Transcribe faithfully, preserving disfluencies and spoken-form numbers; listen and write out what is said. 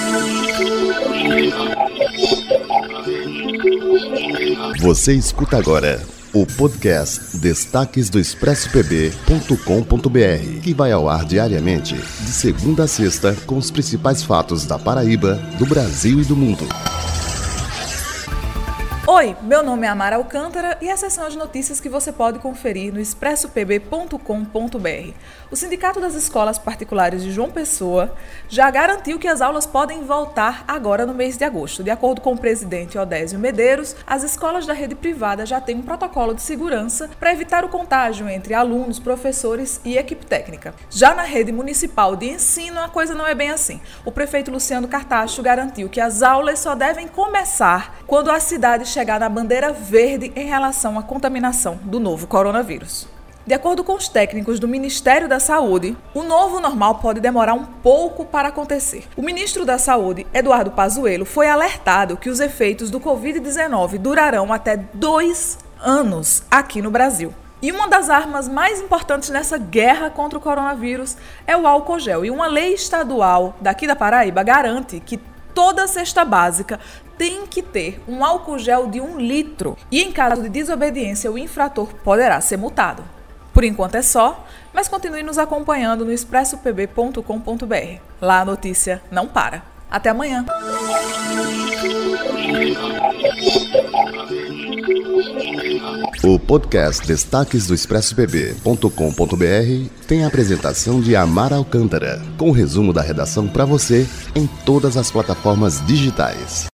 Você escuta agora o podcast Destaques do Expresso P B ponto com ponto B R, que vai ao ar diariamente, de segunda a sexta, com os principais fatos da Paraíba, do Brasil e do mundo. Oi, meu nome é Amara Alcântara e essas são as notícias que você pode conferir no expresso p b ponto com ponto b r. O Sindicato das Escolas Particulares de João Pessoa já garantiu que as aulas podem voltar agora no mês de agosto. De acordo com o presidente Odésio Medeiros, as escolas da rede privada já têm um protocolo de segurança para evitar o contágio entre alunos, professores e equipe técnica. Já na rede municipal de ensino, a coisa não é bem assim. O prefeito Luciano Cartacho garantiu que as aulas só devem começar quando a cidade chegar na bandeira verde em relação à contaminação do novo coronavírus. De acordo com os técnicos do Ministério da Saúde, o novo normal pode demorar um pouco para acontecer. O ministro da Saúde, Eduardo Pazuello, foi alertado que os efeitos do covid dezenove durarão até dois anos aqui no Brasil. E uma das armas mais importantes nessa guerra contra o coronavírus é o álcool gel. E uma lei estadual daqui da Paraíba garante que toda cesta básica tem que ter um álcool gel de um litro. E em caso de desobediência, o infrator poderá ser multado. Por enquanto é só, mas continue nos acompanhando no expresso p b ponto com ponto b r. Lá a notícia não para. Até amanhã! O podcast Destaques do Expresso P B ponto com ponto b r tem a apresentação de Amara Alcântara, com o resumo da redação para você em todas as plataformas digitais.